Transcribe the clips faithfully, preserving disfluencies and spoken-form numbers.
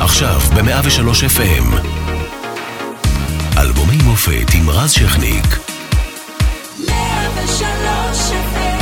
עכשיו ב-מאה ושלוש אף אם. אלבומי מופת עם רז שכניק. מאה ושלוש אף אם.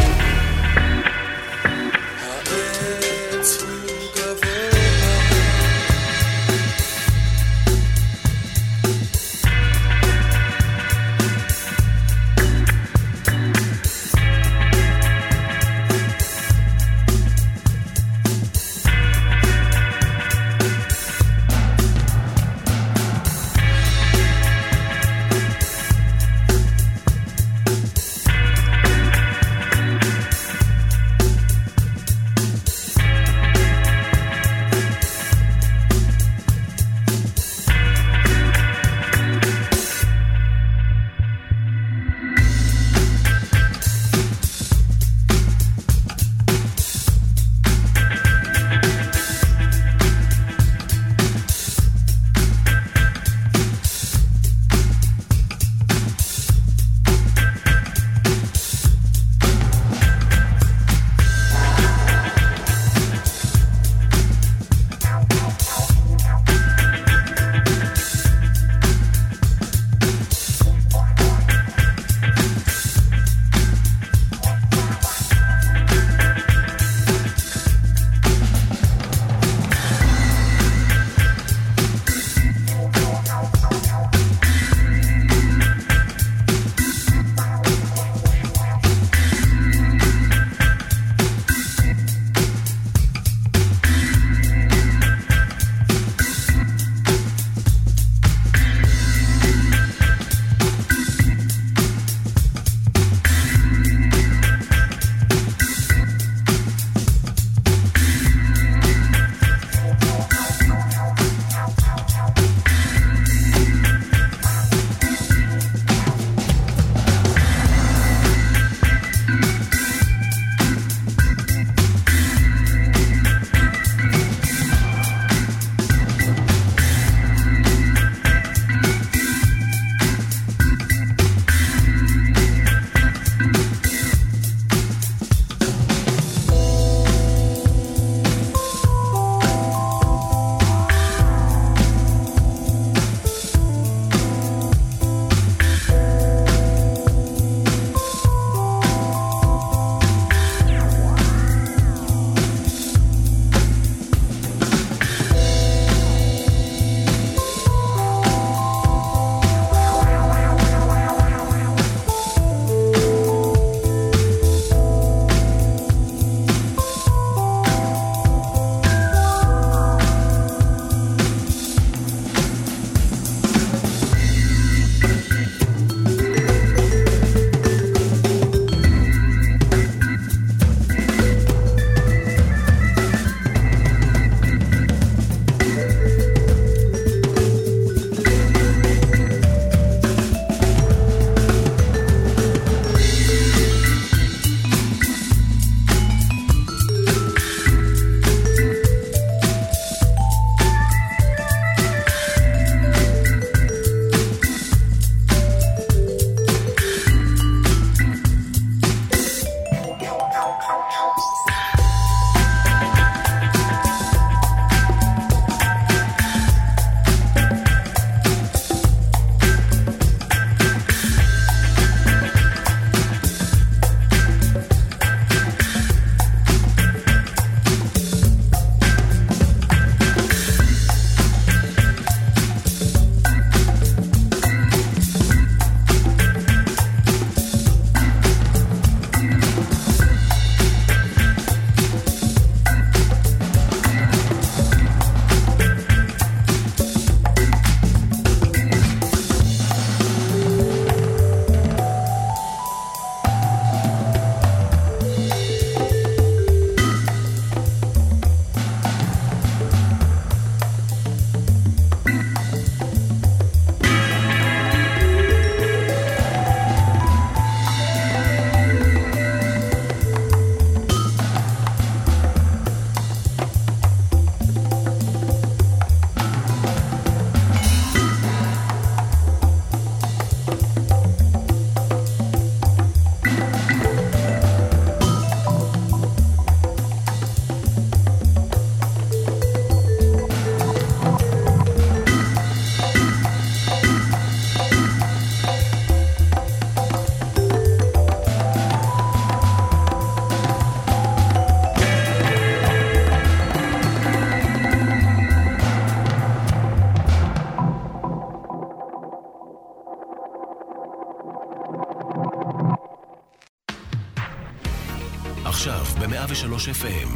ושלוש אף אם.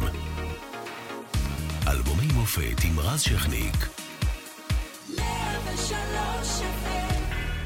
אלבומי מופת עם רז שכניק. מאה ושלוש אף אם.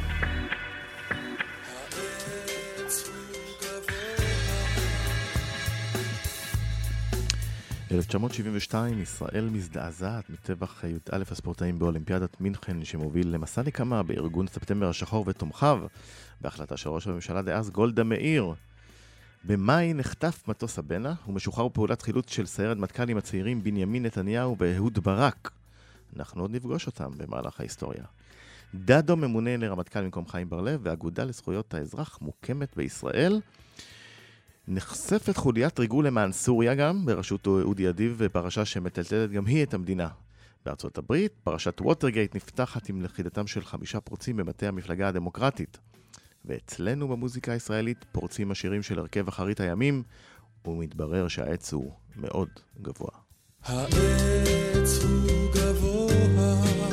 אלף תשע מאות שבעים ושתיים, ישראל מזדעזעת מטבח י"א הספורטאים באולימפיאדת מינכן, שמוביל למסע נקמה בארגון ספטמבר השחור ותומכיו, בהחלטה של ראש הממשלה דאז גולדה מאיר. במאי נחטף מטוס הבנה, ומשוחרר פעולת חילוץ של סיירת מטכ"לים הצעירים בנימין נתניהו ואהוד ברק. אנחנו עוד נפגוש אותם במהלך ההיסטוריה. דדו ממונה לרמטכ"ל במקום חיים בר-לב, והאגודה לזכויות האזרח מוקמת בישראל. נחשפת חוליית ריגול למען סוריה גם, בראשות אודי אדיב, ופרשה שמטלטלת גם היא את המדינה. בארצות הברית, פרשת ווטרגייט נפתחת עם לכידתם של חמישה פורצים במטה המפלגה הדמוקרטית. ואצלנו במוזיקה הישראלית פורצים השירים של הרכב אחרית הימים, ומתברר שהעץ הוא מאוד גבוה. העץ הוא גבוה,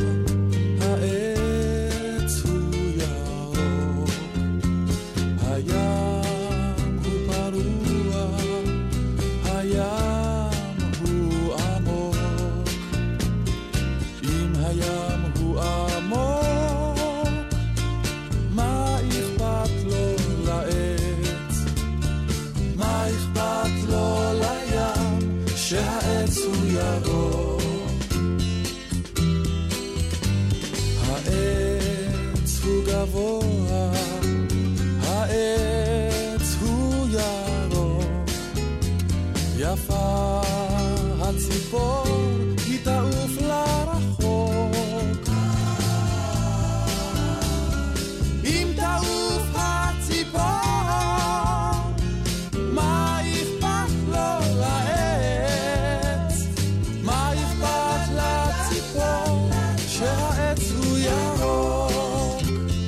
העץ הוא ירוק, הים הוא פרוע, הים הוא עמוק. אם הים הוא עמוק, מה אכפת לו לעץ? מה אכפת לו לים שהעץ הוא ירוק? העץ הוא גבוה, העץ הוא ירוק, יפה הציפור היא תעוף לרחוק. אם תעוף הציפור, מה אכפת לו לעץ? מה אכפת לציפור שהעץ הוא ירוק?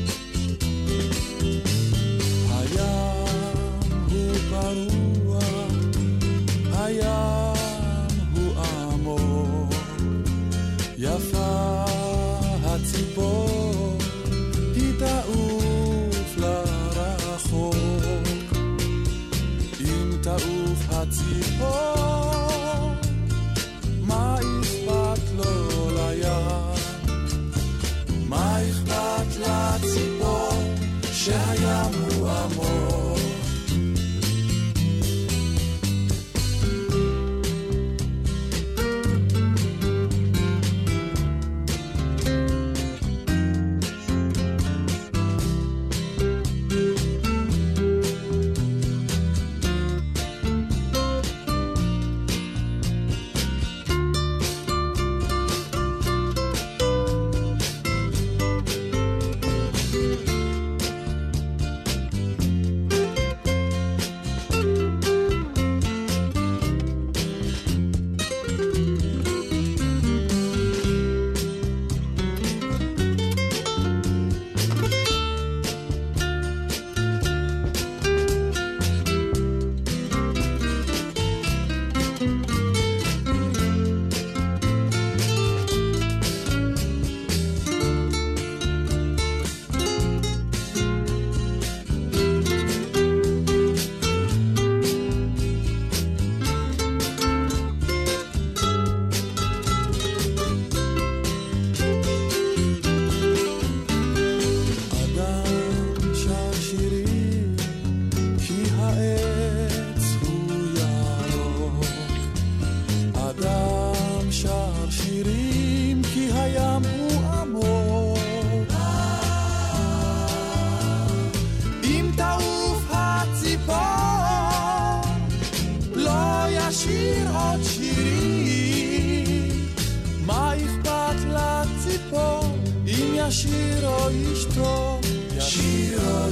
הים הוא פרוע, הים הוא עמוק, יפה הציפור היא תעוף לרחוק. אם תעוף הציפור, מה אכפת לו לים? מה אכפת לציפור שהים הוא עמוק? שיר עוד שירים, מה אכפת לציפור אם ישיר או ישתוק, ישיר או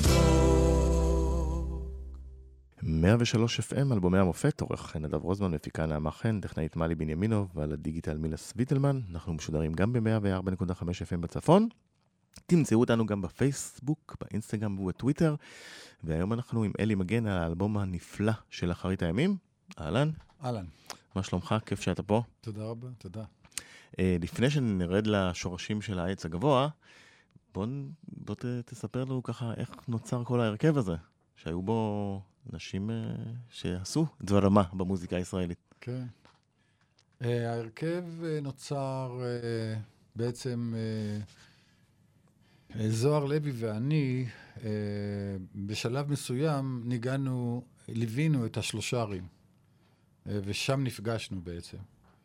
ישתוק. מאה ושלוש אף אם, אלבומי המופת, עורך נדב רוזמן, מפיקה נעמה חן, טכנאית מלי בנימינוב, ועל הדיגיטל מילה סוויטלמן. אנחנו משודרים גם ב-מאה וארבע נקודה חמש אף אם בצפון. תמצאו אותנו גם בפייסבוק, באינסטגרם ובטוויטר. והיום אנחנו עם אלי מגן על האלבום הנפלא של אחרית הימים. אהלן. אהלן. מה שלומך? כיף שאתה פה. תודה רבה, תודה. אה, לפני שנרד לשורשים של העץ הגבוה, בוא, בוא ת, תספר לנו ככה איך נוצר כל ההרכב הזה, שהיו בו נשים שעשו דברמה במוזיקה הישראלית. כן. ההרכב נוצר בעצם זוהר לוי ואני בשלב מסוים ניגענו, ליווינו את השלושרים, ושם נפגשנו בעצם.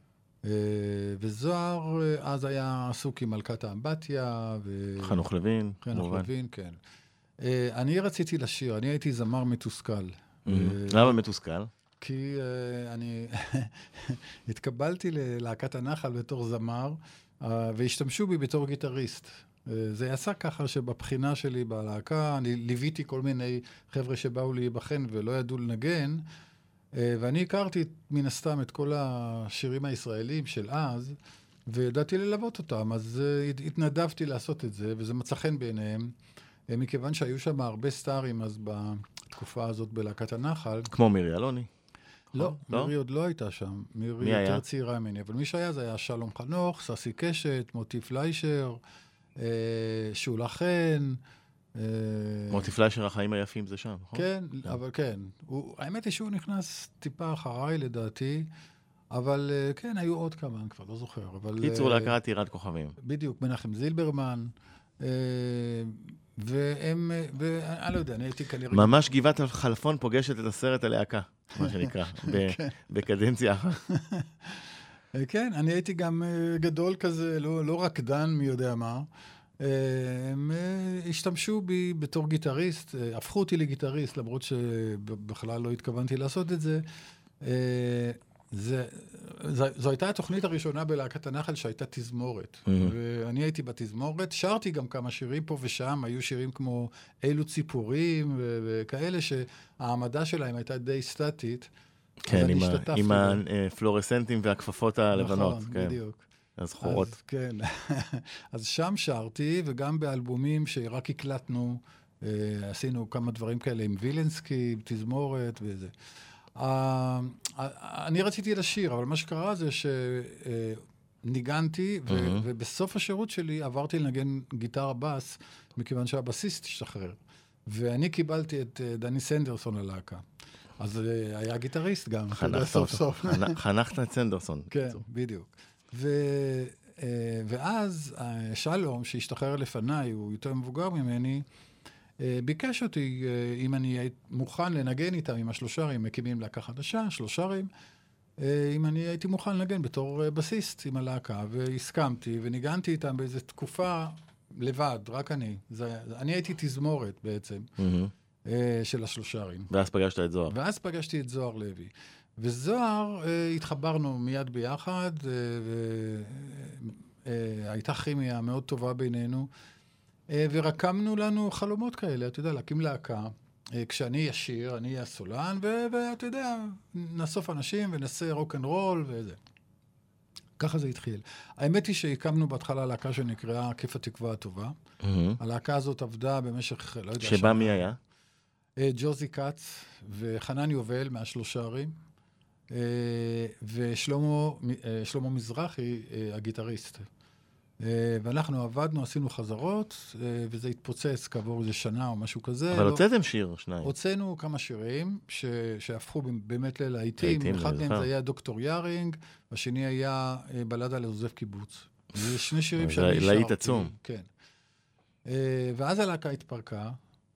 וזוהר אז היה עסוק עם מלכת האמבטיה. ו... חנוך לוין. חנוך לוין, כן. אני רציתי לשיר, אני הייתי זמר מתוסכל. למה מתוסכל? כי אני התקבלתי ללהקת הנחל בתור זמר, והשתמשו בי בתור גיטריסט. זה יעשה ככה שבבחינה שלי בלהקה, אני ליוויתי כל מיני חבר'ה שבאו להיבחן ולא ידעו לנגן, ואני הכרתי מן הסתם את כל השירים הישראלים של אז, וידעתי ללוות אותם, אז התנדבתי לעשות את זה, וזה מצא חן בעיניהם, מכיוון שהיו שם הרבה סטארים אז בתקופה הזאת בלהקת הנחל. כמו מירי אלוני. לא, מירי עוד לא הייתה שם. מירי יותר צעירה ממני, אבל מי שהיה זה היה שלום חנוך, ססי קשת, מוטי פליישר, שולה חן. מוטי פליישר, החיים היפים זה שם, נכון? כן, אבל כן. האמת היא שהוא נכנס טיפה אחריי לדעתי, אבל כן, היו עוד כמה, אני כבר לא זוכר. קיצור להקה עתירת כוכבים. בדיוק, מנחם זילברמן, והם, ואני לא יודע, אני הייתי כנראה... ממש גבעת חלפון פוגשת את הסרט הלהקה, מה שנקרא, בקדנציה אחת. כן, אני הייתי גם גדול כזה, לא רקדן מי יודע מה. הם השתמשו בי בתור גיטריסט, הפכו אותי לגיטריסט, למרות שבכלל לא התכוונתי לעשות את זה. זה, זו, זו הייתה התוכנית הראשונה בלהקת הנחל שהייתה תזמורת. Mm-hmm. ואני הייתי בתזמורת, שרתי גם כמה שירים פה ושם, היו שירים כמו אילו ציפורים ו- וכאלה שהעמדה שלהם הייתה די סטטית. כן, עם, ה- עם הפלורסנטים והכפפות הלבנות. נכון, כן. בדיוק. הזכורות. אז, כן. אז שם שרתי, וגם באלבומים שרק הקלטנו, אה, עשינו כמה דברים כאלה עם וילנסקי, תזמורת וזה. אני רציתי לשיר, אבל מה שקרה זה שניגנתי, ובסוף השירות שלי עברתי לנגן גיטרה בס, מכיוון שהבסיסט השתחרר. ואני קיבלתי את דני סנדרסון ללהקה. אז היה גיטריסט גם. חנכת את סנדרסון. כן, בדיוק. ואז שלום, שהשתחרר לפניי, הוא יותר מבוגר ממני, ביקש אותי, אם אני מוכן לנגן איתם, עם השלושרים, מקימים להקה חדשה, שלושרים, אם אני הייתי מוכן לנגן בתור בסיסט עם הלהקה, והסכמתי, וניגנתי איתם באיזו תקופה לבד, רק אני. זה, אני הייתי תזמורת בעצם, mm-hmm. של השלושרים. ואז פגשת את זוהר. ואז פגשתי את זוהר לוי. וזוהר, התחברנו מיד ביחד, והייתה כימיה מאוד טובה בינינו, ורקמנו לנו חלומות כאלה, אתה יודע, להקים להקה, כשאני ישיר, אני אהיה סולן, ואתה יודע, נאסוף אנשים ונעשה רוק אנד רול וזה. ככה זה התחיל. האמת היא שהקמנו בהתחלה להקה שנקראה כיף התקווה הטובה. הלהקה הזאת עבדה במשך, לא יודע... שבה מי היה? ג'וזי קאץ וחנן יובל מהשלושה ערים, ושלמה מזרחי, הגיטריסט. ואנחנו עבדנו, עשינו חזרות, וזה התפוצץ כעבור איזה שנה או משהו כזה. אבל הוצאתם שיר, שניים. הוצאנו כמה שירים שהפכו באמת ללהיטים. אחד מהם זה היה דוקטור יארינג, והשני היה בלדה לעוזב קיבוץ. זה שני שירים שאני שרתי. להיט עצום. כן. ואז הלהקה התפרקה,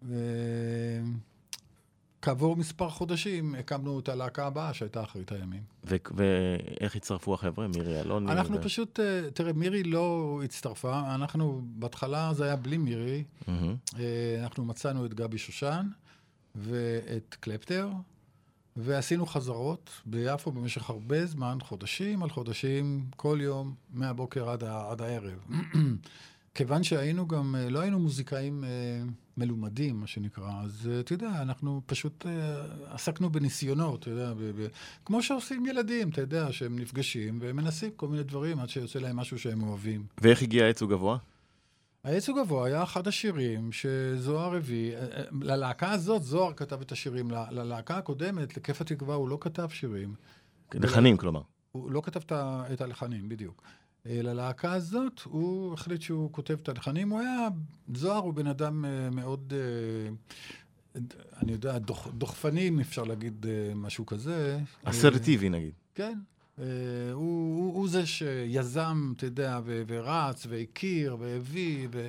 וכעבור מספר חודשים הקמנו את הלהקה הבאה שהייתה אחרית הימים. ואיך הצטרפו החבר'ה? מירי אלוני? אנחנו פשוט, תראה, מירי לא הצטרפה, אנחנו בהתחלה זה היה בלי מירי, אנחנו מצאנו את גבי שושן ואת קלפטר, ועשינו חזרות ביפו במשך הרבה זמן, חודשים על חודשים, כל יום, מהבוקר עד, עד הערב. כיוון שהיינו גם, לא היינו מוזיקאים מלומדים, מה שנקרא, אז אתה יודע, אנחנו פשוט עסקנו בניסיונות, אתה יודע, ב- ב- כמו שעושים ילדים, אתה יודע, שהם נפגשים ומנסים כל מיני דברים עד שיוצא להם משהו שהם אוהבים. ואיך הגיע העץ גבוה? העץ גבוה היה אחד השירים שזוהר הביא, ללהקה הזאת זוהר כתב את השירים, ל- ללהקה הקודמת, לכיף התקווה, הוא לא כתב שירים. לחנים, כלומר. הוא לא כתב את הלחנים, בדיוק. ללהקה הזאת, הוא החליט שהוא כותב את הלחנים, הוא היה, זוהר הוא בן אדם מאוד, אני יודע, דוח, דוחפנים, אפשר להגיד משהו כזה. אסרטיבי נגיד. כן. הוא, הוא, הוא זה שיזם, אתה יודע, ו, ורץ, והכיר, והביא, ו...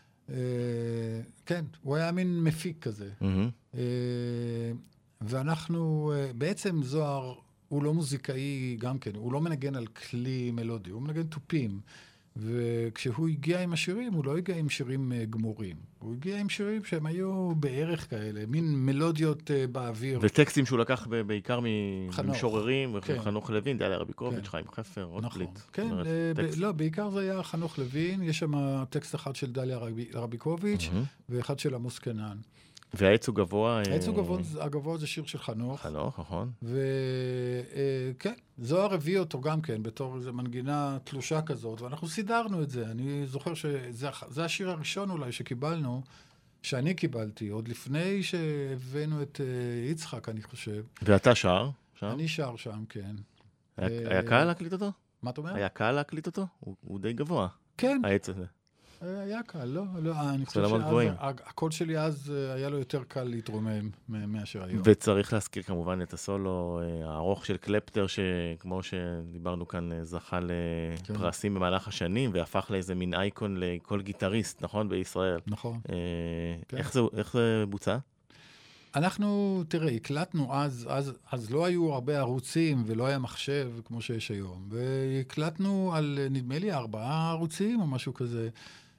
כן, הוא היה מין מפיק כזה. Mm-hmm. ואנחנו, בעצם זוהר, הוא לא מוזיקאי גם כן, הוא לא מנגן על כלי מלודי, הוא מנגן טופים. וכשהוא הגיע עם השירים, הוא לא הגיע עם שירים גמורים. הוא הגיע עם שירים שהם היו בערך כאלה, מין מלודיות באוויר. וטקסטים שהוא לקח בעיקר ממשוררים, כן. חנוך לוין, דליה רביקוביץ', כן. חיים חפר, רוטבליט. נכון, כן, ב- לא, בעיקר זה היה חנוך לוין, יש שם טקסט אחד של דליה רביקוביץ', mm-hmm. ואחד של עמוס קנן. והעץ הוא גבוה... העץ הוא גבוה, הגבוה זה שיר של חנוך. חנוך, נכון. וכן, זוהר הביא אותו גם כן, בתור איזו מנגינה תלושה כזאת, ואנחנו סידרנו את זה. אני זוכר שזה השיר הראשון אולי שקיבלנו, שאני קיבלתי, עוד לפני שהבאנו את יצחק, אני חושב. ואתה שר? אני שר שם, כן. היה קל להקליט אותו? מה אתה אומר? היה קל להקליט אותו? הוא די גבוה. כן. העץ הזה. היה קל, לא, לא, אני חושב שהקול שלי אז היה לו יותר קל להתרומם מאשר היום. וצריך להזכיר כמובן את הסולו הארוך של קלפטר, שכמו שדיברנו כאן, זכה לפרסים במהלך השנים, והפך לאיזה מין אייקון לכל גיטריסט, נכון? בישראל. נכון. איך זה בוצע? אנחנו, תראה, הקלטנו אז, אז, אז לא היו הרבה ערוצים ולא היה מחשב כמו שיש היום, והקלטנו על, נדמה לי, ארבעה ערוצים או משהו כזה.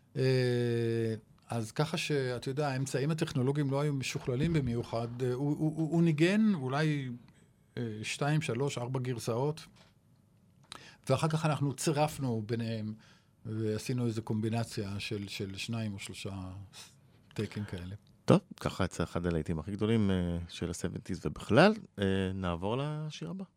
אז ככה שאתה יודע, האמצעים הטכנולוגיים לא היו משוכללים במיוחד. הוא, הוא, הוא, הוא ניגן אולי שתיים, שלוש, ארבע גרסאות, ואחר כך אנחנו צירפנו ביניהם, ועשינו איזו קומבינציה של, של שניים או שלושה טייקים כאלה. טוב, ככה יצא אחד הלהיטים הכי גדולים של ה-שבעים ובכלל. נעבור לשיר הבא.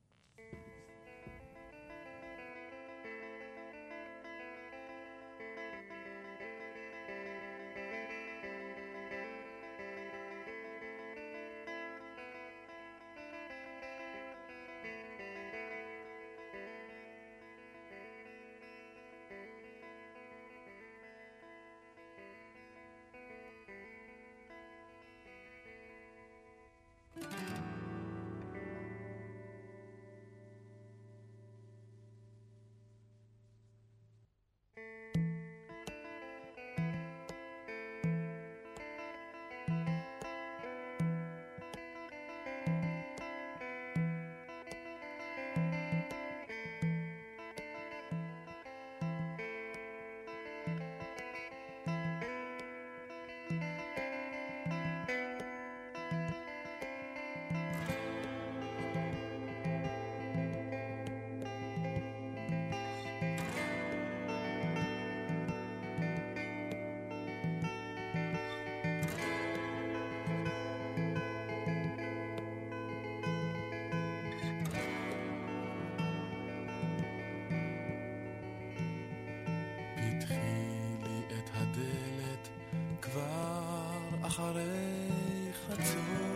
אחרי חצות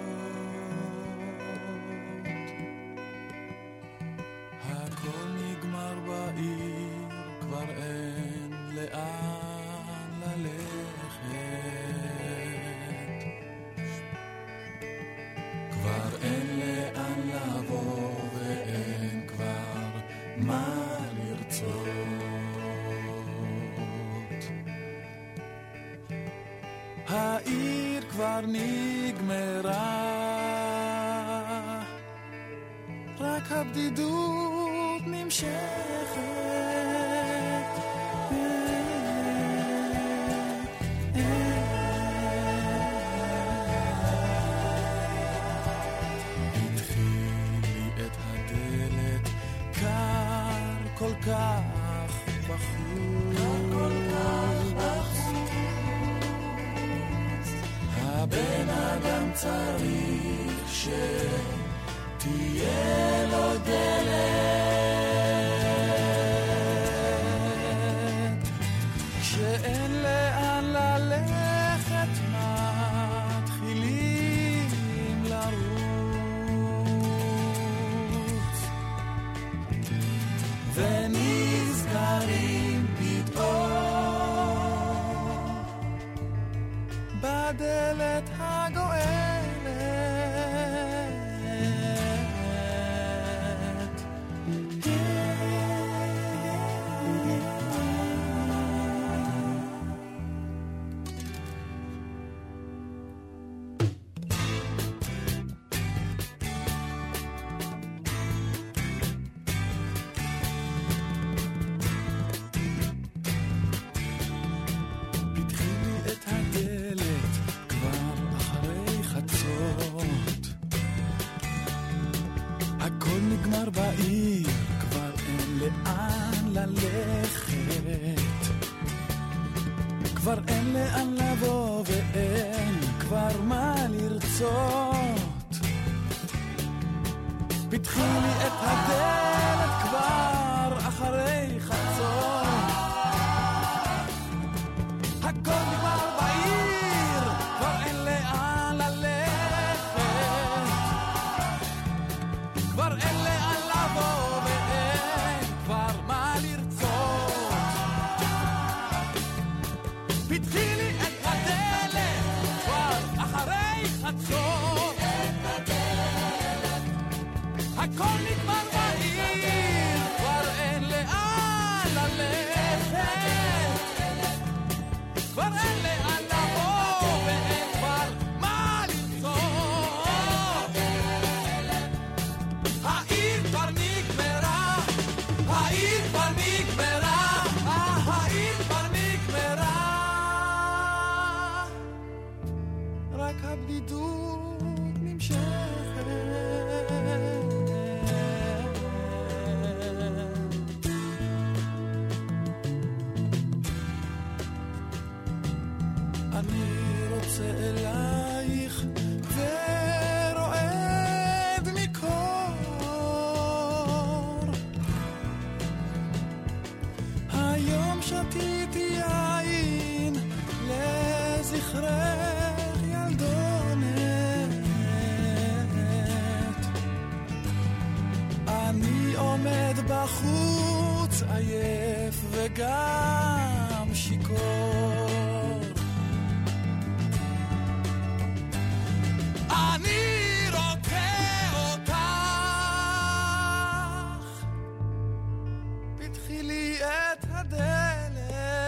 הכל נגמר בעיר, כבר אין לאן ללכת, כבר אין לאן לבוא ואין כבר מה לרצות. העיר כבר נגמרה, רק הבדידות נמשכת. התחיל לי את הדלת, קר כל כך בחוץ, כל כך בחוץ. הבן אדם צריך שתהיה לו דלת, כשאין לאן ללכת מתחילים לרוץ ונזכרים פתאום בדלת הגוערת בעיר, כבר אין לאן ללכת, כבר אין לאן לבוא ואין כבר מה לרצות. פתחי לי את הדלת כבר אחרי חצות, הכל נגמר בעיר, כבר אין לאן ללכת, כבר אין לאן לבוא ואין כבר מה לרצות. פתחי לי את הדלת כבר אחרי חצות, הכל נגמר בעיר, כבר אין לאן ללכת, כבר אין לאן לבוא ואין כבר מה לרצות. העיר כבר נגמרה, העיר כבר נגמרה, העיר כבר נגמרה, רק הבדידות נמשכת. אני רוצה אלייך ורועד מקור, היום שתיתי יין לזכרך ילדונת, אני עומד בחוץ עייף וגם שיקור, אני רוצה אותך, פתחי לי את הדלת.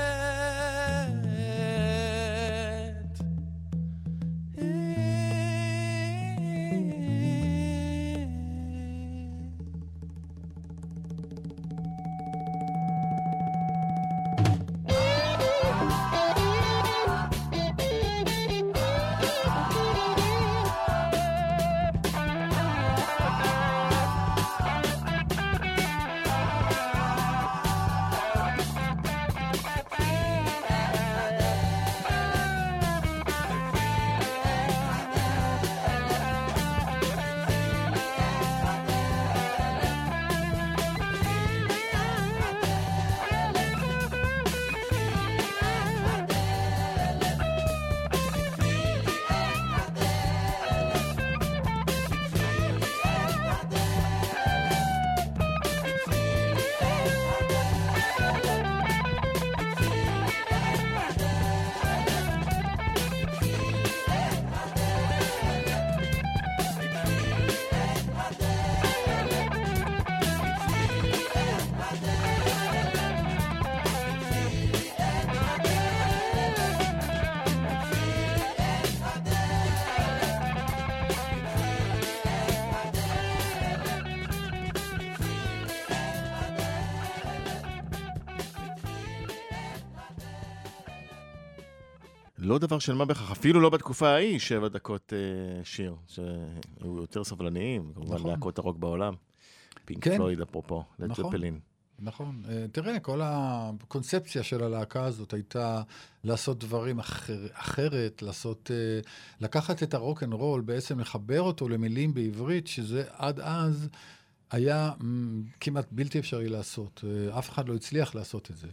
לא דבר של מה בכך, אפילו לא בתקופה ההיא, שבע דקות אה, שיר, שהיו יותר סבלניים, כמובן נכון. להקות הרוק בעולם. פינק כן. פלויד, אפרופו, לד נכון. זפלין. נכון. תראה, כל הקונספציה של הלהקה הזאת הייתה לעשות דברים אחר, אחרת, לעשות, לקחת את הרוק אנד רול, בעצם לחבר אותו למילים בעברית, שזה עד אז היה כמעט בלתי אפשרי לעשות. אף אחד לא הצליח לעשות את זה.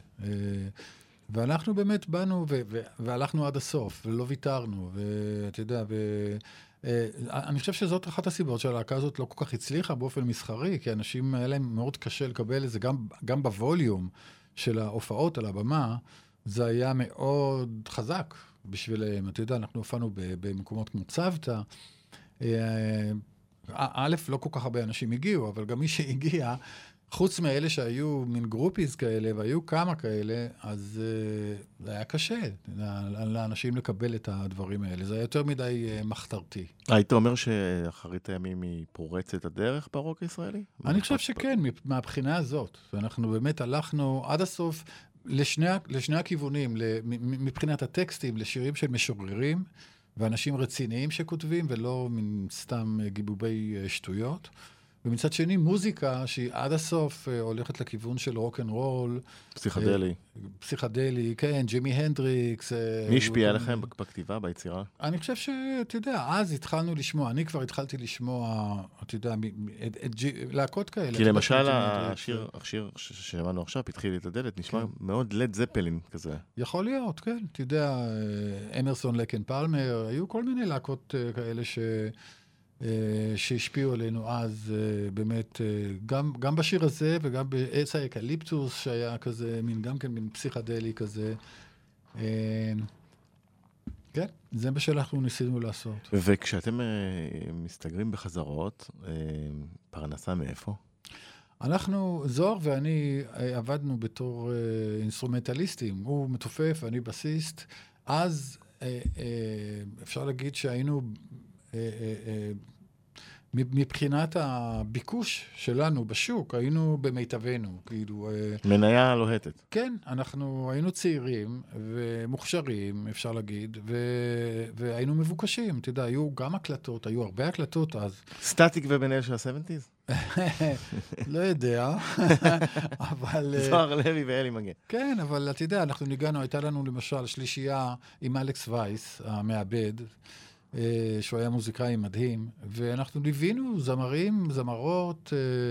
ואנחנו באמת באנו ו- ו- והלכנו עד הסוף, ולא ויתרנו, ואתה יודע, ו- אני חושב שזאת אחת הסיבות שהלהקה הזאת לא כל כך הצליחה באופן מסחרי, כי אנשים היה להם מאוד קשה לקבל את זה, גם, גם בווליום של ההופעות על הבמה, זה היה מאוד חזק בשבילם. אתה יודע, אנחנו הופענו במקומות כמו צוותא, א', לא כל כך הרבה אנשים הגיעו, אבל גם מי שהגיע, חוץ מאלה שהיו מין גרופיז כאלה, והיו כמה כאלה, אז uh, זה היה קשה לאנשים לקבל את הדברים האלה. זה היה יותר מדי uh, מחתרתי. היית אומר שאחרית הימים היא פורצת הדרך ברוק הישראלי? אני חושב שכן, מהבחינה הזאת. ואנחנו באמת הלכנו עד הסוף לשני, לשני הכיוונים, מבחינת הטקסטים, לשירים של משוררים, ואנשים רציניים שכותבים, ולא מן סתם גיבובי שטויות. ומצד שני מוזיקה שהיא עד הסוף הולכת לכיוון של רוק אנד רול. פסיכדלי. פסיכדלי, כן, ג'ימי הנדריקס. מי השפיע עליכם בכתיבה, ביצירה? אני חושב שאתה יודע, אז התחלנו לשמוע, אני כבר התחלתי לשמוע, אתה יודע, להקות כאלה. כי למשל השיר ששמענו עכשיו, פתחי לי את הדלת, נשמע מאוד לד זפלין כזה. יכול להיות, כן. אתה יודע, אמרסון לקן פלמר, היו כל מיני להקות כאלה ש... שהשפיעו עלינו אז באמת, גם, גם בשיר הזה וגם בעץ האקליפטוס שהיה כזה, מין, גם כן מין פסיכדלי כזה. כן, זה מה שאנחנו ניסינו לעשות. וכשאתם מסתגרים בחזרות, פרנסה מאיפה? אנחנו, זוהר ואני עבדנו בתור אינסטרומנטליסטים, הוא מתופף, אני בסיסט. אז אפשר להגיד שהיינו מבחינת הביקוש שלנו בשוק, היינו במיטבנו, כאילו... מניה לוהטת. כן, אנחנו היינו צעירים ומוכשרים, אפשר להגיד, ו- והיינו מבוקשים. אתה יודע, היו גם הקלטות, היו הרבה הקלטות אז. סטטיק ובן-אל של ה-שבעים? לא יודע, אבל... זוהר לוי ואלי מגן. כן, אבל אתה יודע, אנחנו ניגענו, הייתה לנו למשל שלישייה עם אלכס וייס, המעבד, שהוא היה מוזיקאי מדהים, ואנחנו ליווינו זמרים, זמרות,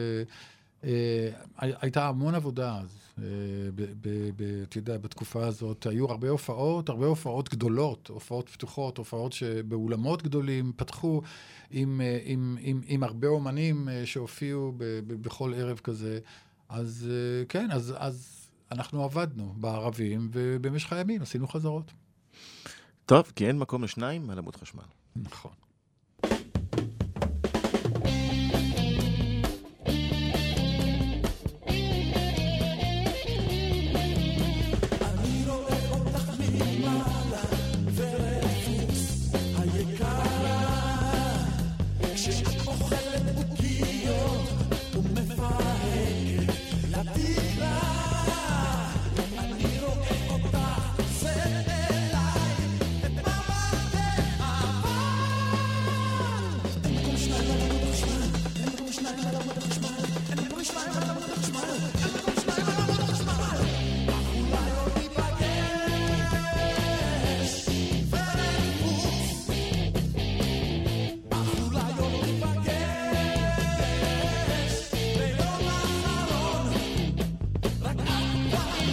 הייתה המון עבודה אז, אתה יודע, בתקופה הזאת, היו הרבה הופעות, הרבה הופעות גדולות, הופעות פתוחות, הופעות שבאולמות גדולים פתחו עם, עם, עם, עם הרבה אומנים שהופיעו בכל ערב כזה, אז כן, אז, אז אנחנו עבדנו בערבים, ובמשך הימים עשינו חזרות. טוב, כי אין מקום לשניים על עמוד חשמל. נכון. Bye.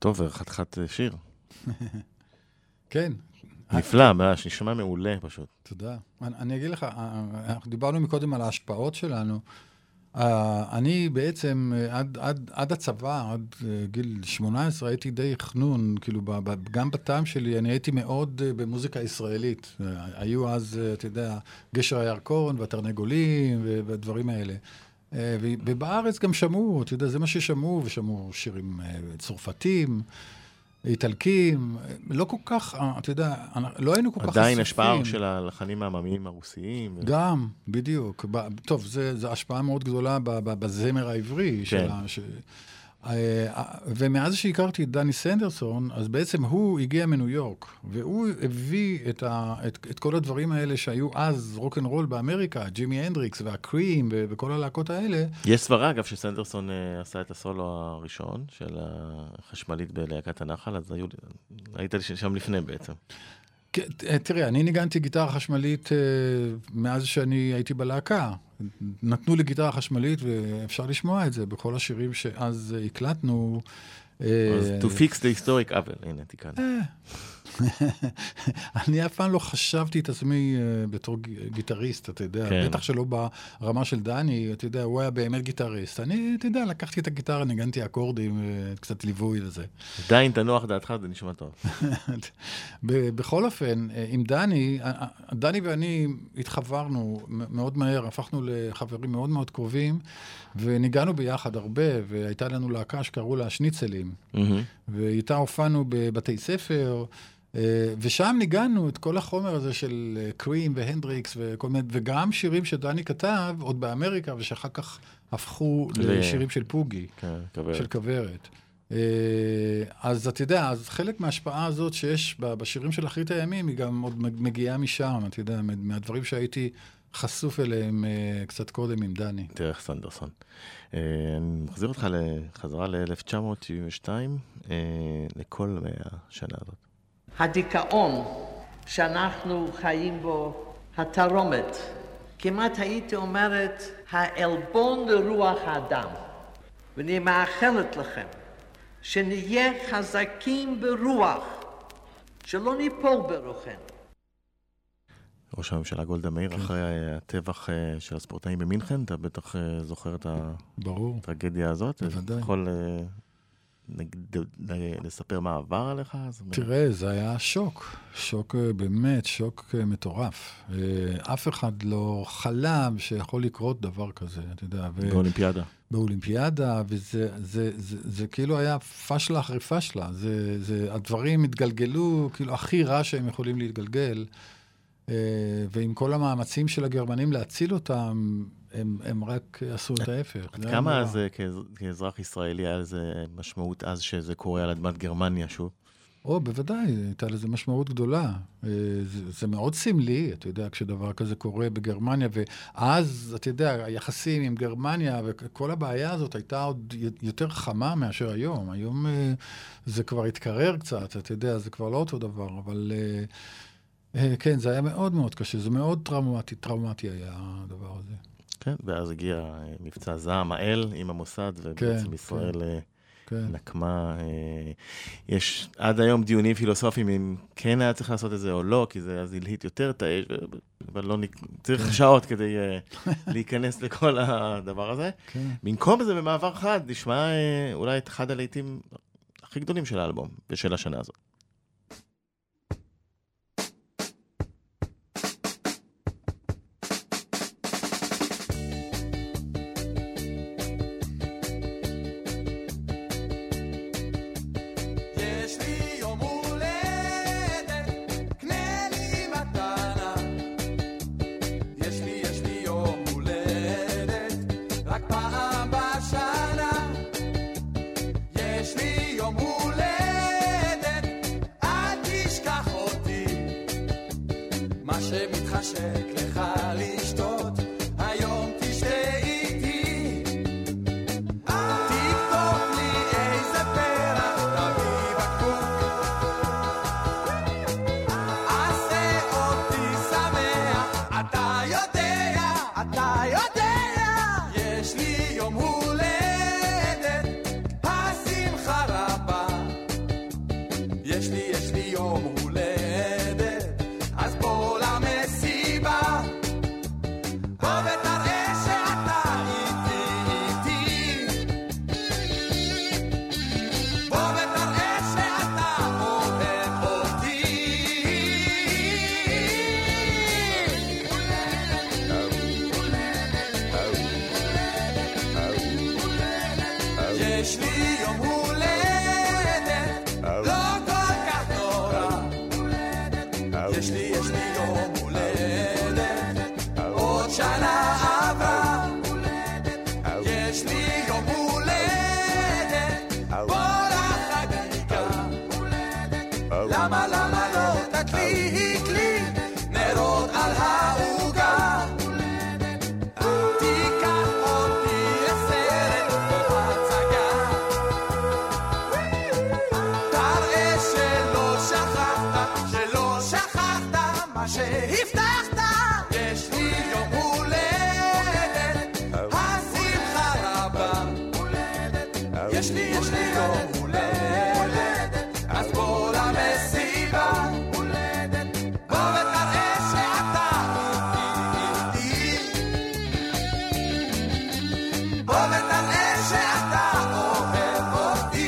טוב, וחתיכת שיר. כן. נפלא, ממש, נשמע מעולה פשוט. תודה. אני, אני אגיד לך, אנחנו דיברנו מקודם על ההשפעות שלנו. אני בעצם, עד, עד, עד הצבא, עד גיל שמונה עשרה, הייתי די חנון, כאילו, גם בטעם שלי, אני הייתי מאוד במוזיקה ישראלית. היו אז, אתה יודע, גשר הירקון והתרנגולים והדברים האלה. ובארץ גם שמעו, אתה יודע, זה מה ששמעו, ושמעו שירים צרפתים, איטלקים, לא כל כך, אתה יודע, לא היינו כל כך חשופים. עדיין השפעה של הלחנים העממיים הרוסיים. גם, בדיוק. טוב, זו השפעה מאוד גדולה בזמר העברי. כן. ומאז שהכרתי את דני סנדרסון, אז בעצם הוא הגיע מניו יורק, והוא הביא את, ה, את, את כל הדברים האלה שהיו אז רוק'נ'רול באמריקה, ג'ימי הנדריקס והקרים וכל הלהקות האלה. יש סברה, אגב, שסנדרסון uh, עשה את הסולו הראשון של החשמלית בלהקת הנחל, אז היו, היית שם לפני בעצם. תראה, אני ניגנתי גיטרה חשמלית מאז שאני הייתי בלהקה. נתנו לי גיטרה חשמלית, ואפשר לשמוע את זה בכל השירים שאז הקלטנו. אז to fix the historic עוול, הנה, תיקן. אני אף פעם לא חשבתי את עצמי בתור גיטריסט, אתה יודע, בטח שלא ברמה של דני, אתה יודע, הוא היה באמת גיטריסט. אני, אתה יודע, לקחתי את הגיטרה, ניגנתי אקורדים, קצת ליווי לזה. עדיין תנוח דעתך, זה נשמע טוב. בכל אופן, עם דני, דני ואני התחברנו מאוד מהר, הפכנו לחברים מאוד מאוד קרובים, וניגענו ביחד הרבה, והייתה לנו להקה שקראו לה שניצלים. ואיתה הופענו בבתי ספר, ושם ניגענו את כל החומר הזה של קרים והנדריקס וכל מיני, וגם שירים שדני כתב עוד באמריקה, ושאחר כך הפכו לשירים של פוגי, של כברת. אז אתה יודע, אז חלק מההשפעה הזאת שיש בשירים של אחרית הימים, היא גם עוד מגיעה משם, אתה יודע, מהדברים שהייתי חשוף אליהם קצת קודם עם דני. דרך סנדרסון. אני מחזיר אותך לחזרה ל-אלף תשע מאות שבעים ושתיים, לכל השנה הזאת. הדיכאון שאנחנו חיים בו, התרומת, כמעט הייתי אומרת, העלבון לרוח האדם. ואני מאחלת לכם שנהיה חזקים ברוח, שלא ניפול ברוחנו. ראש הממשלה גולדה מאיר, אחרי הטבח של הספורטאים במינכן, אתה בטח זוכר את הטרגדיה הזאת? בוודאי. יכול לספר מה עבר עליך? תראה, זה היה שוק. שוק באמת, שוק מטורף. אף אחד לא חלם שיכול לקרות דבר כזה, אתה יודע. באולימפיאדה. באולימפיאדה, וזה זה, זה, זה כאילו היה פשלה אחרי פשלה. זה, זה, הדברים התגלגלו, כאילו הכי רע שהם יכולים להתגלגל. ועם כל המאמצים של הגרמנים להציל אותם, הם, הם רק עשו את ההפך. עד כמה אז כאזרח ישראלי היה לזה משמעות אז שזה קורה על אדמת גרמניה שוב? או, בוודאי, הייתה לזה משמעות גדולה. זה, זה מאוד סמלי, אתה יודע, כשדבר כזה קורה בגרמניה, ואז, אתה יודע, היחסים עם גרמניה, וכל הבעיה הזאת הייתה עוד יותר חמה מאשר היום. היום זה כבר התקרר קצת, אתה יודע, זה כבר לא אותו דבר, אבל... כן, זה היה מאוד מאוד קשה, זה מאוד טראומטי, טראומטי היה הדבר הזה. כן, ואז הגיע מבצע זעם האל עם המוסד, ובעצם כן, ישראל כן. נקמה. יש עד היום דיונים פילוסופיים אם כן היה צריך לעשות את זה או לא, כי זה אז הלהיט יותר את האש, אבל לא צריך שעות כדי להיכנס לכל הדבר הזה. כן. במקום זה במעבר חד, נשמע אולי את אחד הלהיטים הכי גדולים של האלבום ושל השנה הזאת. יש לי יום הולדת, לא כל כך נורא. יש לי, יש לי יום הולדת, עוד שנה עברה. יש לי יום הולדת, בוא לחגיגה. למה, למה לא תדליק לי נרות על העוגה? תיקח אותי לסרט או הצגה, תראה שלא שכחת, שלא שכחת מה שהבטחת. יש לי יום הולדת, השמחה רבה. יש לי, יש לי יום הולדת, אז בוא למסיבה. בוא ותראה שאתה איתי, בוא ותראה שאתה אוהב אותי.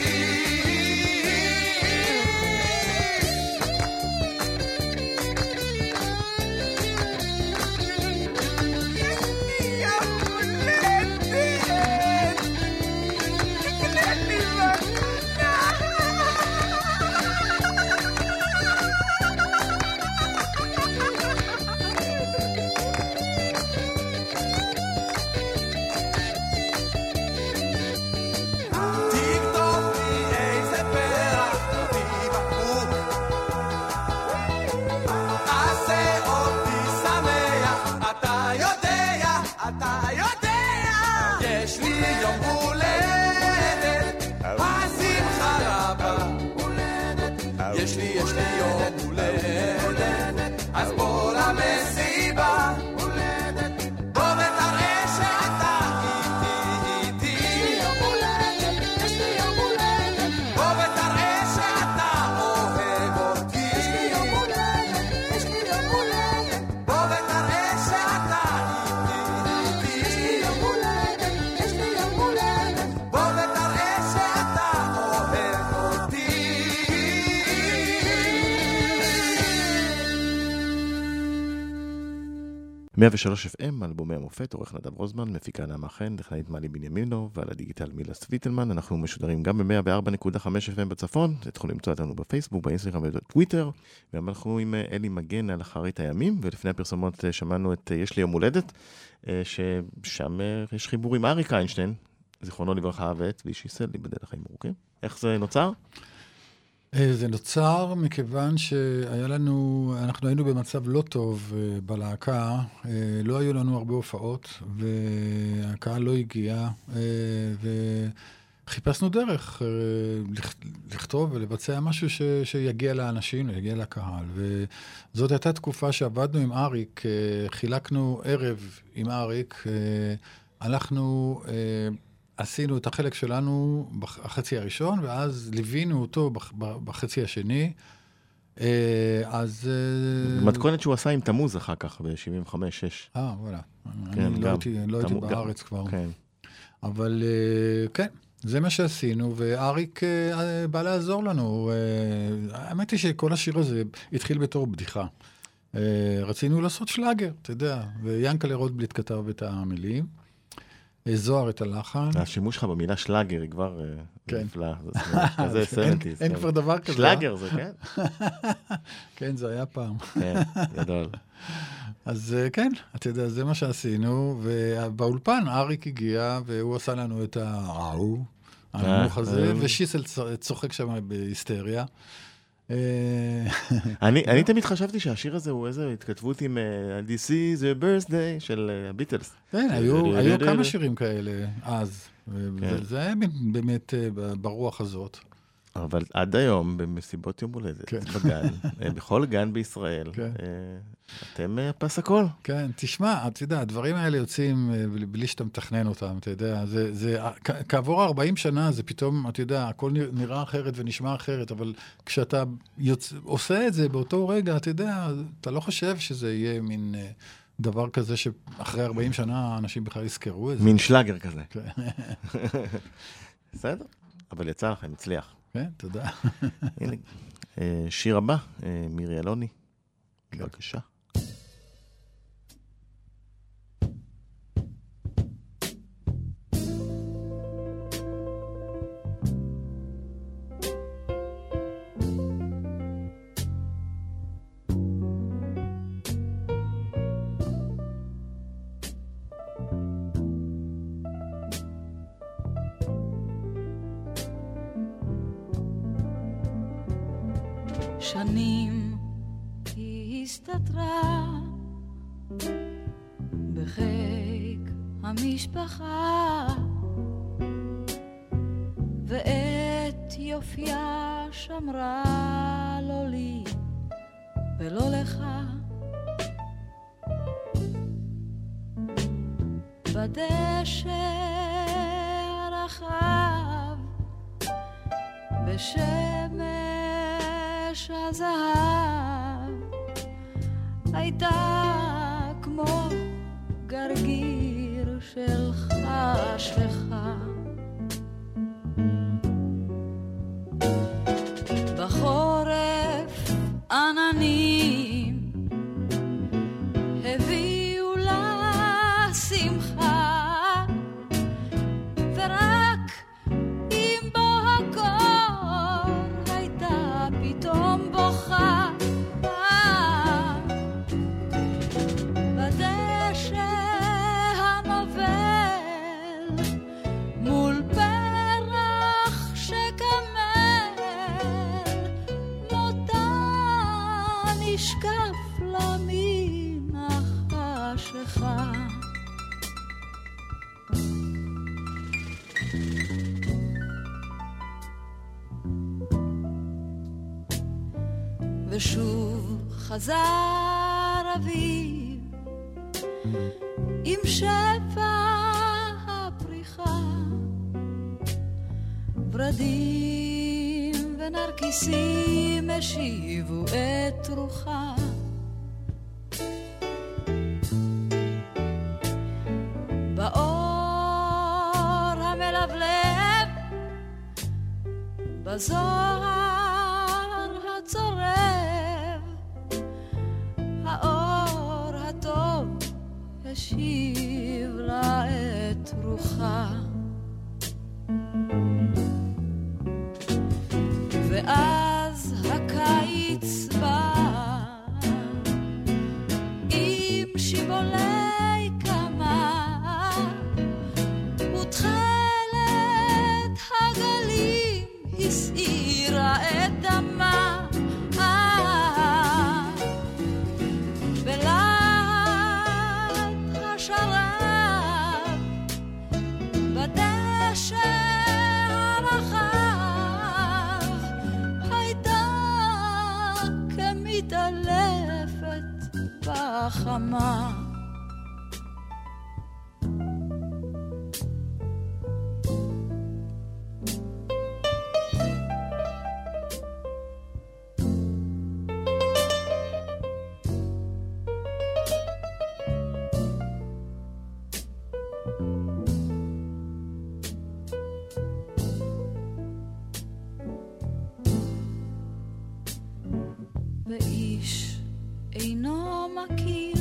יום הולדת, תקנה לי מתנה. תכתוב לי איזה פרח תביא בחור, עשה אותי שמח, אתה יודע, אתה יודע. יש לי יום הולדת, השמחה רבה. יש לי, יש לי יום הולדת, אז בוא למסיבה. בוא ותראה שאתה איתי, איתי. בוא ותראה שאתה אוהב אותי. בוא ותראה שאתה איתי, איתי. בוא ותראה שאתה אוהב אותי. מאה ושלוש אף אם, אלבומי המופת, עורך נדב רוזמן, מפיקה נעמה חן, טכנאית מלי בנימינו, ועל הדיגיטל מילה סוויטלמן. אנחנו משודרים גם ב-מאה וארבע נקודה חמש אף אם בצפון, תוכלו למצוא אותנו בפייסבוק, באינסטגרם ובטוויטר, וגם אנחנו עם אלי מגן על אחרית הימים, ולפני הפרסומות שמענו את יש לי יום הולדת, ששם יש חיבור עם אריק איינשטיין, זיכרונו לברכה, ואת וישי סלי בדרך החיים ארוכים. איך זה נוצר? זה נוצר מכיוון שהיה לנו, אנחנו היינו במצב לא טוב בלהקה, לא היו לנו הרבה הופעות, והקהל לא הגיע, וחיפשנו דרך לכתוב ולבצע משהו ש, שיגיע לאנשים, יגיע לקהל. וזאת הייתה תקופה שעבדנו עם אריק, חילקנו ערב עם אריק, הלכנו... עשינו את החלק שלנו בחצי הראשון, ואז ליווינו אותו בחצי השני. אז... מתכונת שהוא עשה עם תמוז אחר כך, ב-שבעים וחמש שש. אה, וואלה. אני לא הייתי בארץ כבר. אבל כן, זה מה שעשינו, ואריק בא לעזור לנו. האמת היא שכל השיר הזה התחיל בתור בדיחה. רצינו לעשות שלאגר, אתה יודע, ויאנקלה רוטבליט כתב את המילים. זוהר את הלחן. השימוש שלך במילה שלאגר היא כבר נפלא. זה שבעים. אין כבר דבר כזה. שלאגר זה, כן? כן, זה היה פעם. כן, גדול. אז כן, אתה יודע, זה מה שעשינו, ובאולפן אריק הגיע, והוא עשה לנו את ההוא, הנמוך הזה, ושיסל צוחק שם בהיסטריה. אני תמיד חשבתי שהשיר הזה הוא איזו התכתבות עם This is a birthday של הביטלס. כן, היו כמה שירים כאלה אז, וזה היה באמת ברוח הזאת. אבל עד היום, במסיבות יום הולדת, בגן, בכל גן בישראל, אתם פס הכל. כן, תשמע, אתה יודע, הדברים האלה יוצאים בלי שאתה מתכנן אותם, אתה יודע, כעבור ארבעים שנה זה פתאום, אתה יודע, הכל נראה אחרת ונשמע אחרת, אבל כשאתה עושה את זה באותו רגע, אתה יודע, אתה לא חושב שזה יהיה מין דבר כזה שאחרי ארבעים שנה אנשים בכלל יזכרו את זה. מין שלאגר כזה. בסדר, אבל יצא לכם, הצליח. כן, תודה. הנה, שיר הבא, מירי אלוני. בבקשה. שנים היא הסתתרה בחיק המשפחה, ואת יופייה שמרה לא לי ולא לך. בדשא הרחב בשמש הזהב הייתה כמו גרגיר של חשכה. בחורף עננים הביאו לה שמחה, ורק עם בוא הקור הייתה פתאום בוכה. בדשא הנובל מול פרח שקמל מותה נשקף לה מן החשכה. ושוב חזר אביב עם שפע הפריחה, ורדים ונרקיסים השיבו את רוחה. באור המלבלב בזוהר הצורב, האור הטוב השיב לה את רוחה. ואז הקיץ בא עם שיבולי קמה, ותכלת הגלים הסעירה את דמה. בלהט השרב בדשא הרחב הייתה כמתעלפת בחמה. ואיש אינו מכיר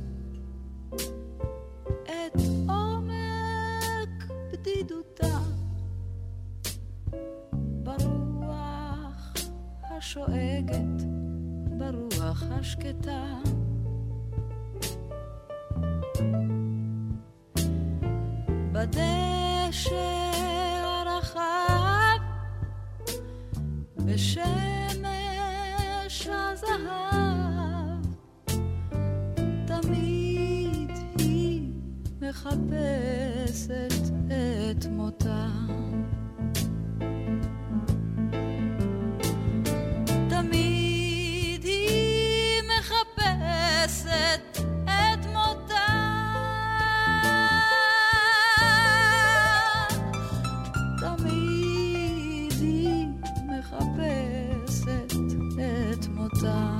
את עומק בדידותה, ברוח השואגת, ברוח השקטה. בדשא הרחב בשמש הזהב תמיד היא מחפשת את מותה. תמיד היא מחפשת את מותה. תמיד היא מחפשת את מותה.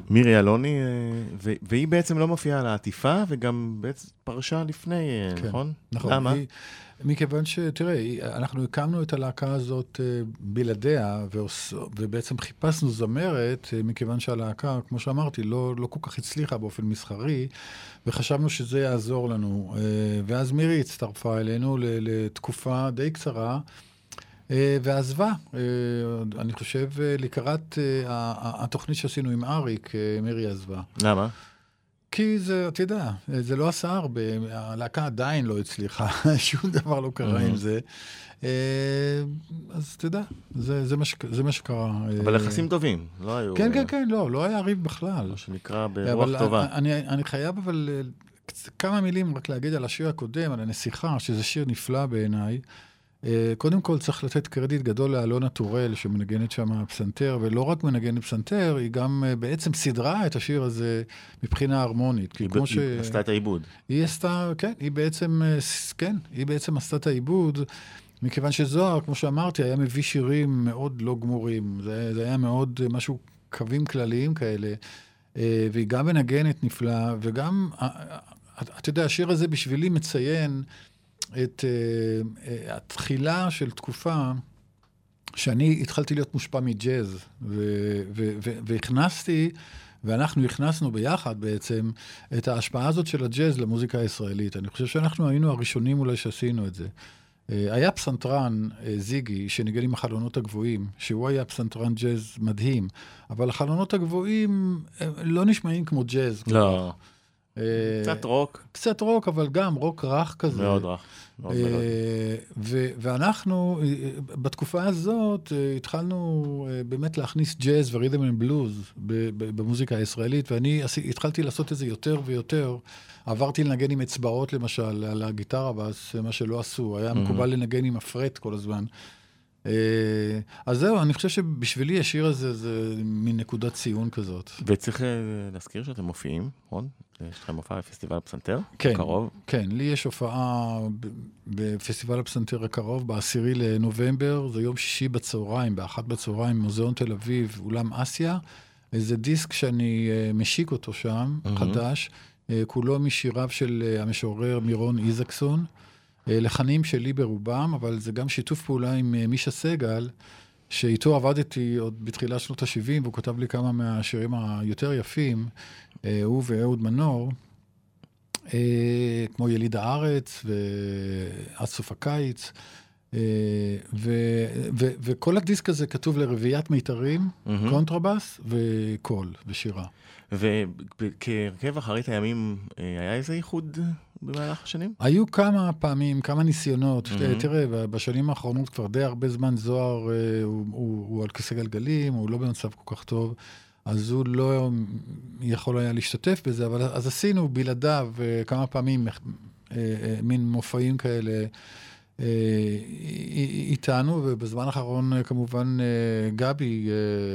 מירי אלוני, ו- והיא בעצם לא מופיעה על העטיפה, וגם בעצם פרשה לפני, כן, נכון? נכון. למה? היא, מכיוון שתראה, אנחנו הקמנו את הלהקה הזאת בלעדיה, ועוש, ובעצם חיפשנו זמרת, מכיוון שהלהקה, כמו שאמרתי, לא, לא כל כך הצליחה באופן מסחרי, וחשבנו שזה יעזור לנו. ואז מירי הצטרפה אלינו לתקופה די קצרה, ועזבה, אני חושב, לקראת התוכנית שעשינו עם אריק, מירי עזבה. למה? כי זה, אתה יודע, זה לא עשה הרבה, הלהקה עדיין לא הצליחה, שום דבר לא קרה עם זה. אז אתה יודע, זה מה שקרה. אבל יחסים טובים, לא היו... כן, כן, כן, לא, לא היה ריב בכלל. מה שנקרא ברוח טובה. אני חייב אבל כמה מילים רק להגיד על השיר הקודם, על הנסיכה, שזה שיר נפלא בעיניי. קודם כל צריך לתת קרדיט גדול לאלונה טורל, שמנגנת שם פסנתר, ולא רק מנגנת פסנתר, היא גם בעצם סדרה את השיר הזה מבחינה הרמונית. היא, היא ש... עשתה את העיבוד. היא עשתה, כן, היא בעצם, כן, היא בעצם עשתה את העיבוד, מכיוון שזוהר, כמו שאמרתי, היה מביא שירים מאוד לא גמורים. זה, זה היה מאוד משהו, קווים כלליים כאלה, והיא גם מנגנת נפלא, וגם, אתה יודע, השיר הזה בשבילי מציין, את uh, uh, התחילה של תקופה שאני התחלתי להיות מושפע מג'אז, ו- ו- ו- והכנסתי, ואנחנו הכנסנו ביחד בעצם, את ההשפעה הזאת של הג'אז למוזיקה הישראלית. אני חושב שאנחנו היינו הראשונים אולי שעשינו את זה. Uh, היה פסנתרן uh, זיגי, שניגן עם החלונות הגבוהים, שהוא היה פסנתרן ג'אז מדהים, אבל החלונות הגבוהים uh, לא נשמעים כמו ג'אז. לא. קצת רוק. קצת רוק, אבל גם רוק רך כזה. מאוד רך. מאוד מאוד. ואנחנו, בתקופה הזאת, התחלנו באמת להכניס ג'אז ורית'ם אנד בלוז במוזיקה הישראלית, ואני התחלתי לעשות את זה יותר ויותר. עברתי לנגן עם אצבעות, למשל, על הגיטרה, מה שלא עשו. היה מקובל לנגן עם הפרט כל הזמן. אז זהו, אני חושב שבשבילי השיר הזה זה מין נקודת ציון כזאת. וצריך להזכיר שאתם מופיעים, נכון? יש לכם הופעה בפסטיבל הפסנתר? כן, קרוב? כן, לי יש הופעה בפסטיבל הפסנתר הקרוב, בעשירי לנובמבר, זה יום שישי בצהריים, באחת בצהריים, מוזיאון תל אביב, אולם אסיה, איזה דיסק שאני משיק אותו שם, חדש, כולו משיריו של המשורר מירון איזקסון, לחנים שלי ברובם, אבל זה גם שיתוף פעולה עם מישה סגל, שאיתו עבדתי עוד בתחילת שנות ה-שבעים, והוא כותב לי כמה מהשירים היותר יפים, הוא ואהוד מנור, כמו יליד הארץ ועד סוף הקיץ, וכל הדיסק הזה כתוב לרביעיית מיתרים, קונטרבס וקול ושירה. וכהרכב אחרית הימים, היה איזה ייחוד במהלך השנים? היו כמה פעמים, כמה ניסיונות. תראה, בשנים האחרונות כבר די הרבה זמן זוהר הוא על כיסא גלגלים, הוא לא במצב כל כך טוב, אז הוא לא יכול היה להשתתף בזה, אבל אז עשינו בלעדיו כמה פעמים מין מופעים כאלה איתנו, ובזמן האחרון כמובן גבי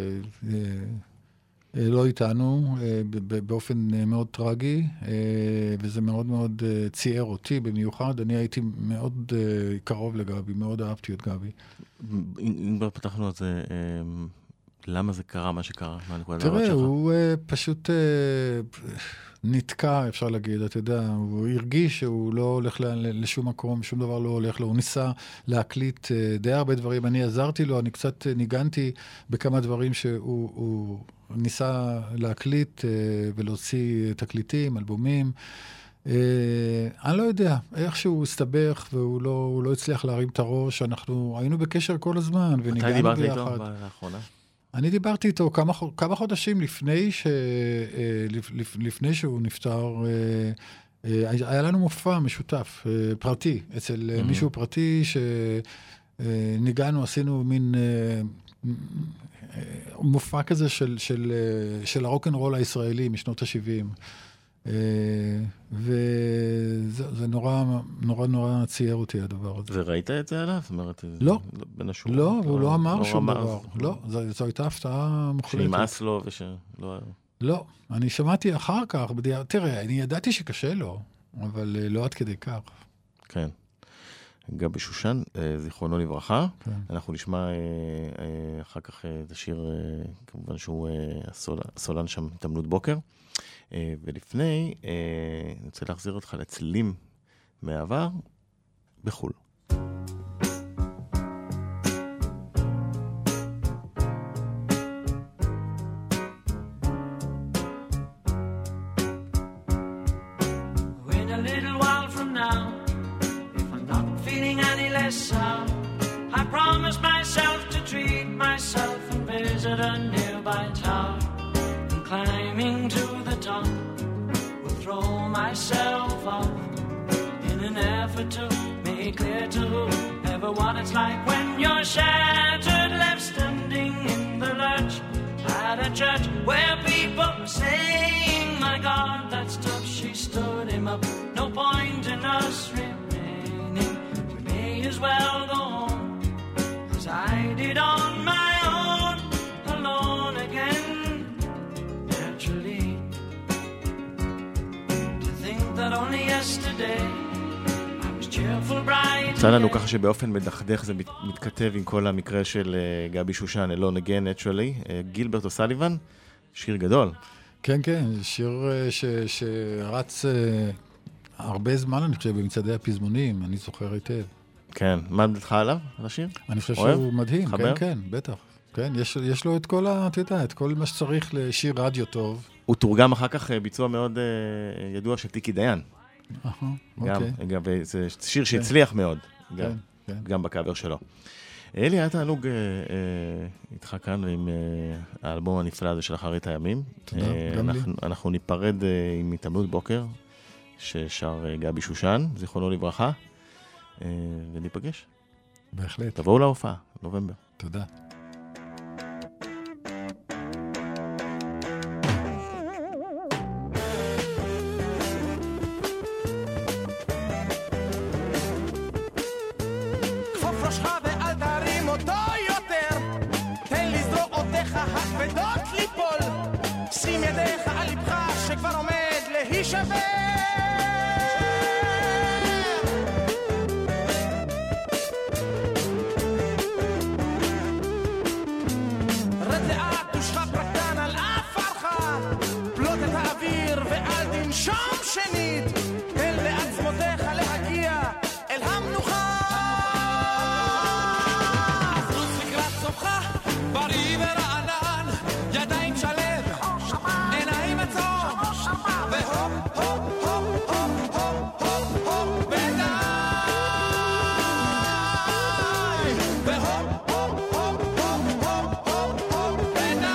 לא איתנו, באופן מאוד טרגי, וזה מאוד מאוד צייר אותי במיוחד. אני הייתי מאוד קרוב לגבי, מאוד אהבתי את גבי. אם כבר פתחנו את זה, למה זה קרה, מה שקרה? תראה, הוא פשוט נתקע, אפשר להגיד, אתה יודע, הוא הרגיש שהוא לא הולך לשום מקום, שום דבר לא הולך לו, הוא ניסה להקליט די הרבה דברים, אני עזרתי לו, אני קצת ניגנתי בכמה דברים שהוא ניסה להקליט ולהוציא תקליטים, אלבומים, אני לא יודע, איכשהו הסתבך והוא לא, לא הצליח להרים את הראש, אנחנו היינו בקשר כל הזמן וניגענו ביחד. מתי דיברת איתו לאחרונה? אני דיברתי איתו כמה, כמה חודשים לפני, ש, לפני שהוא נפטר, היה לנו מופע משותף, פרטי, אצל mm-hmm. מישהו פרטי שניגענו, עשינו מין מופע כזה של, של, של הרוק'נ'רול הישראלי משנות ה-שבעים. וזה נורא, נורא, נורא צייר אותי הדבר הזה. וראית את זה עליו? זאת אומרת, לא. בין השורה. לא, והוא לא אמר שום דבר. לא, זו הייתה הפתעה מוחלטת. שנמאס לו ושלא... לא, אני שמעתי אחר כך, תראה, אני ידעתי שקשה לו, אבל לא עד כדי כך. כן. גבי שושן, זיכרונו לברכה. כן. אנחנו נשמע אחר כך את השיר, כמובן שהוא הסולן שם, תמנות בוקר. ולפני, אני רוצה להחזיר אותך לצלילים מהעבר בחול. I promise myself to treat myself and visit a nearby tower. And climbing to the top, will throw myself off in an effort to make clear to whoever what it's like when you're shattered, left standing in the lurch at a church where people are saying, "My God, that stuff she stood him up. No point in us remaining. We may as well go home." I did on my own, alone again, naturally. To think that only yesterday I was cheerful, bright. צא לנו ככה שבאופן מדכדך זה מתכתב עם כל המקרה של גבי שושן, alone again, naturally. גילברט אוסליבן, שיר גדול. כן, כן, שיר ש, שרץ הרבה זמן, אני חושב, במצעדי הפזמונים, אני זוכר היטב. כן, מה דעתך עליו, על השיר? אני חושב אוהב? שהוא מדהים, חבר? כן, כן, בטח. כן, יש, יש לו את כל, ה, אתה יודע, את כל מה שצריך לשיר רדיו טוב. הוא תורגם אחר כך ביצוע מאוד uh, ידוע של טיקי דיין. אהה, גם, אוקיי. גם, זה שיר שהצליח מאוד, גם, כן, כן. גם בקאבר שלו. אלי, היה תענוג uh, uh, איתך כאן עם uh, האלבום הנפלא הזה של אחרית הימים. תודה, uh, גם לי. אנחנו, אנחנו ניפרד uh, עם התעמלות בוקר, ששר uh, גבי שושן, זיכרונו לברכה. וניפגש. בהחלט. תבואו להופעה, נובמבר. תודה. כפוף ראשך ואל תרים אותו יותר, תן לזרועותיך הכבדות ליפול, שים ידיך על לבך שכבר עומד להישבר. שום שנית, תן לעצמותיך להגיע אל המנוחה. אז רוץ לקראת סופך, בריא ורענן, ידיים שלב, עיניים עצום, והופ, הופ, הופ, הופ, הופ, הופ, הופ, בידיים, והופ, הופ, הופ, הופ, הופ, הופ, הופ, בידיים.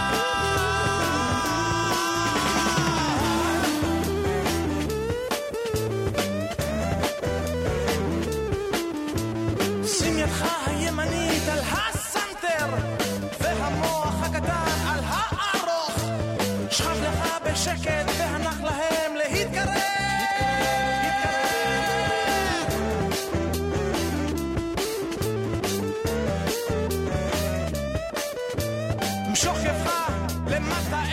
הימנית על הסנטר והמוח הקטן על הארוך, שכב לך בשקט והנח להם להתקרב. משוך יבך למטה